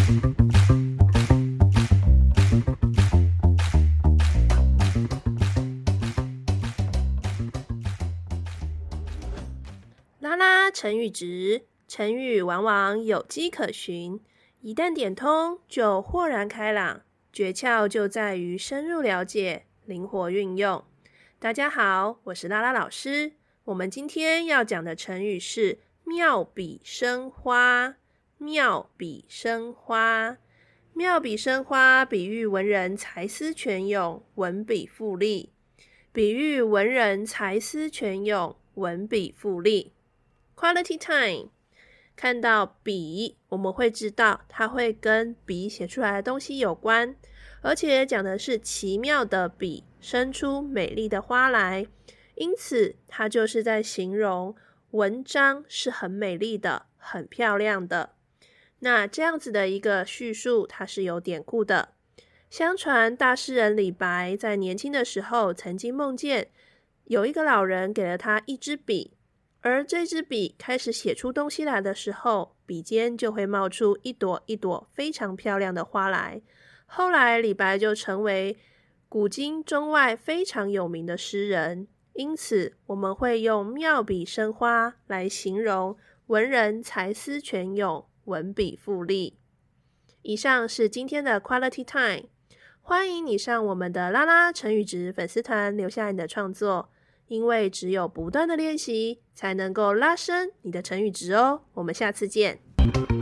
拉拉成语质，成语往往有迹可循，一旦点通就豁然开朗，诀窍就在于深入了解，灵活运用。大家好，我是拉拉老师。我们今天要讲的成语是妙笔生花。妙笔生花，妙笔生花，比喻文人才思泉涌，文笔富丽。比喻文人才思泉涌，文笔富丽。Quality time， 看到笔，我们会知道它会跟笔写出来的东西有关，而且讲的是奇妙的笔生出美丽的花来，因此它就是在形容文章是很美丽的，很漂亮的。那这样子的一个叙述，它是有典故的。相传大诗人李白在年轻的时候，曾经梦见有一个老人给了他一支笔，而这支笔开始写出东西来的时候，笔尖就会冒出一朵一朵非常漂亮的花来。后来李白就成为古今中外非常有名的诗人，因此我们会用妙笔生花来形容文人才思泉涌，文笔富丽。以上是今天的 Quality Time， 欢迎你上我们的拉拉成语质粉丝团留下你的创作，因为只有不断的练习才能够拉升你的成语质哦。我们下次见。